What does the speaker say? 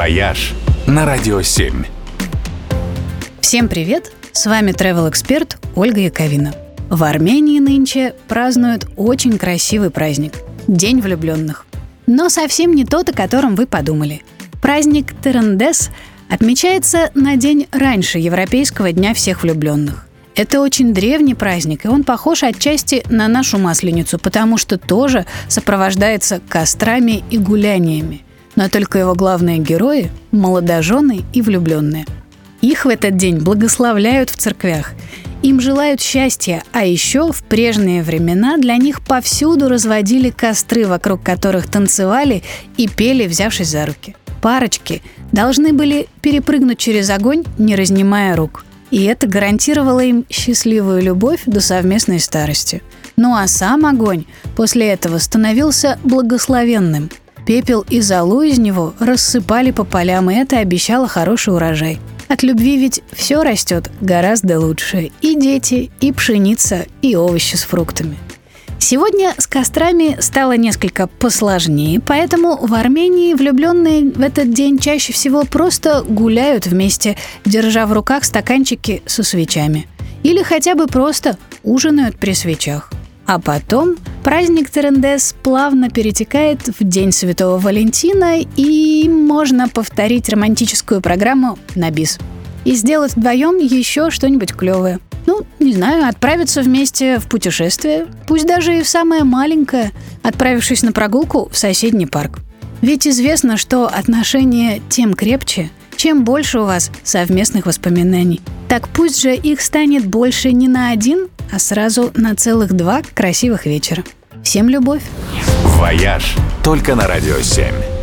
«Вояж» на Радио 7. Всем привет! С вами travel-эксперт Ольга Яковина. В Армении нынче празднуют очень красивый праздник – День влюбленных. Но совсем не тот, о котором вы подумали. Праздник Терендес отмечается на день раньше Европейского дня всех влюбленных. Это очень древний праздник, и он похож отчасти на нашу Масленицу, потому что тоже сопровождается кострами и гуляниями. Но только его главные герои – молодожены и влюбленные. Их в этот день благословляют в церквях. Им желают счастья, а еще в прежние времена для них повсюду разводили костры, вокруг которых танцевали и пели, взявшись за руки. Парочки должны были перепрыгнуть через огонь, не разнимая рук. И это гарантировало им счастливую любовь до совместной старости. Ну а сам огонь после этого становился благословенным. Пепел и золу из него рассыпали по полям, и это обещало хороший урожай. От любви ведь все растет гораздо лучше. И дети, и пшеница, и овощи с фруктами. Сегодня с кострами стало несколько посложнее, поэтому в Армении влюбленные в этот день чаще всего просто гуляют вместе, держа в руках стаканчики со свечами. Или хотя бы просто ужинают при свечах. А потом праздник Терендес плавно перетекает в День Святого Валентина, и можно повторить романтическую программу на бис. И сделать вдвоем еще что-нибудь клевое. Не знаю, отправиться вместе в путешествие, пусть даже и в самое маленькое, отправившись на прогулку в соседний парк. Ведь известно, что отношения тем крепче, чем больше у вас совместных воспоминаний. Так пусть же их станет больше не на один, а сразу на целых 2 красивых вечера. Всем любовь! «Вояж» только на Радио 7.